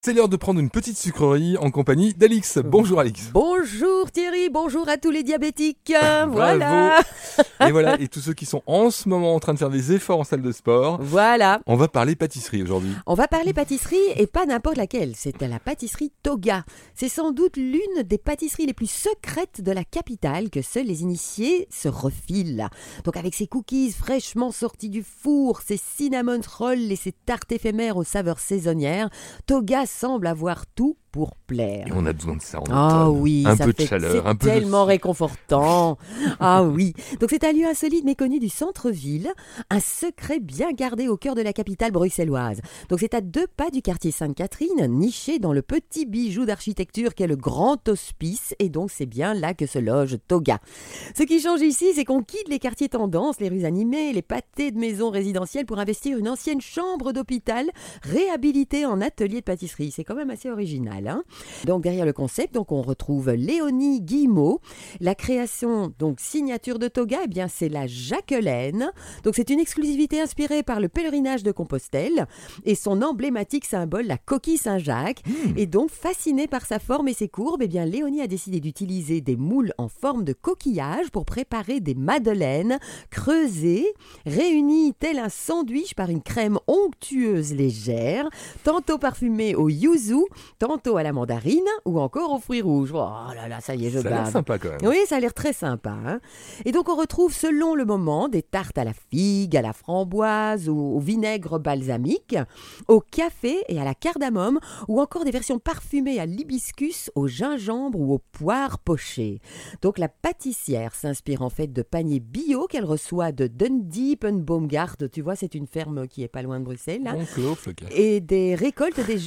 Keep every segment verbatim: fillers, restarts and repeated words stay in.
C'est l'heure de prendre une petite sucrerie en compagnie d'Alix. Bonjour Alix. Bonjour Thierry, bonjour à tous les diabétiques. Voilà. Et voilà, et tous ceux qui sont en ce moment en train de faire des efforts en salle de sport. Voilà. On va parler pâtisserie aujourd'hui. On va parler pâtisserie et pas n'importe laquelle. C'est à la pâtisserie Toga. C'est sans doute l'une des pâtisseries les plus secrètes de la capitale que seuls les initiés se refilent. Donc avec ses cookies fraîchement sortis du four, ses cinnamon rolls et ses tartes éphémères aux saveurs saisonnières, Toga semble avoir tout pour plaire. Et on a besoin de ça en Ah automne. oui, un ça peu fait, de chaleur, un peu de tellement réconfortant. Ah oui. Donc c'est un lieu insolite méconnu du centre-ville, un secret bien gardé au cœur de la capitale bruxelloise. Donc c'est à deux pas du quartier Sainte-Catherine, niché dans le petit bijou d'architecture qu'est le Grand Hospice, et donc c'est bien là que se loge Toga. Ce qui change ici, c'est qu'on quitte les quartiers tendances, les rues animées, les pâtés de maisons résidentielles pour investir une ancienne chambre d'hôpital réhabilitée en atelier de pâtisserie. C'est quand même assez original. Hein. Donc derrière le concept, donc on retrouve Léonie Guillemot. La création, donc signature de Toga, eh bien c'est la Jacquelaine. Donc c'est une exclusivité inspirée par le pèlerinage de Compostelle et son emblématique symbole, la coquille Saint-Jacques. Mmh. Et donc fascinée par sa forme et ses courbes, eh bien Léonie a décidé d'utiliser des moules en forme de coquillage pour préparer des madeleines creusées, réunies tel un sandwich par une crème onctueuse légère, tantôt parfumée au yuzu, tantôt à la mandarine ou encore aux fruits rouges. Oh là là, ça y est, je bave. Ça a l'air sympa quand même. Oui, ça a l'air très sympa. Hein. Et donc on retrouve selon le moment des tartes à la figue, à la framboise, au, au vinaigre balsamique, au café et à la cardamome, ou encore des versions parfumées à l'hibiscus, au gingembre ou aux poires pochées. Donc la pâtissière s'inspire en fait de paniers bio qu'elle reçoit de Dundee Baumgart. Tu vois, c'est une ferme qui est pas loin de Bruxelles. Là. Bon, close, okay. Et des récoltes des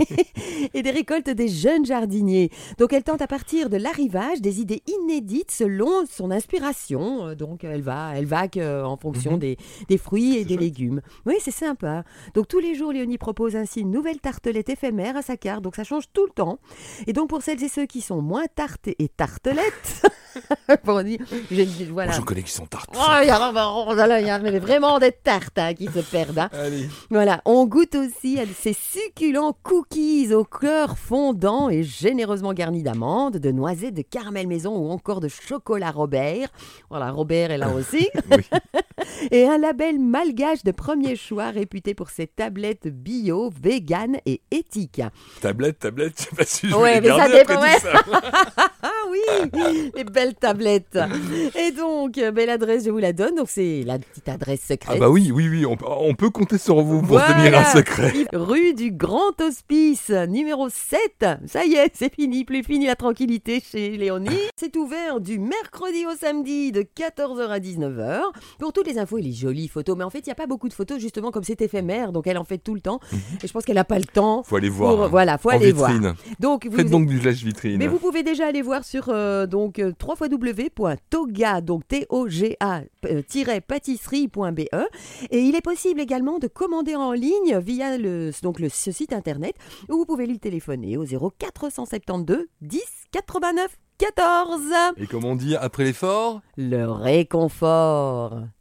et des récoltes des jeunes jardiniers. Donc elle tente à partir de l'arrivage des idées inédites selon son inspiration. Donc elle va, elle vague en fonction mm-hmm. des, des fruits et c'est des chouette. Légumes. Oui, c'est sympa. Donc tous les jours, Léonie propose ainsi une nouvelle tartelette éphémère à sa carte. Donc ça change tout le temps. Et donc pour celles et ceux qui sont moins tartes et tartelettes, pour dire, je, voilà. Moi, j'en connais qui sont tartes. Oh, il y a, y a vraiment des tartes hein, qui se perdent. Hein. Allez. Voilà, on goûte aussi à ces succulents cookies au cœur fondant et généreusement garnis d'amandes, de noisettes, de caramel maison ou encore de chocolat Robert. Voilà, Robert est là aussi. Et un label malgache de premier choix réputé pour ses tablettes bio, vegan et éthiques. Tablette, tablette, je sais pas si je ouais, vais les garder ça dépend, après tout ça. Ah oui, les belles tablettes. Et donc, ben, l'adresse, je vous la donne. Donc, c'est la petite adresse secrète. Ah bah oui, oui, oui, on, on peut compter sur vous pour voilà. tenir un secret. Rue du Grand Hospice, numéro sept. Ça y est, c'est fini, plus fini la tranquillité chez Léonie. C'est ouvert du mercredi au samedi de quatorze heures à dix-neuf heures. Pour toutes les infos et les jolies photos. Mais en fait, il n'y a pas beaucoup de photos, justement, comme c'est éphémère. Donc, elle en fait tout le temps. Et je pense qu'elle n'a pas le temps. Faut aller voir. Pour, voilà, faut en aller vitrine. voir. Donc, vous Faites donc du flash vitrine. Mais vous pouvez déjà aller voir sur euh, donc w w w point toga donc T O G A pâtisserie point B E et il est possible également de commander en ligne via le donc le ce site internet où vous pouvez lui téléphoner au zéro quatre cent soixante-douze dix quatre-vingt-neuf quatorze. Et comme on dit après l'effort, le réconfort.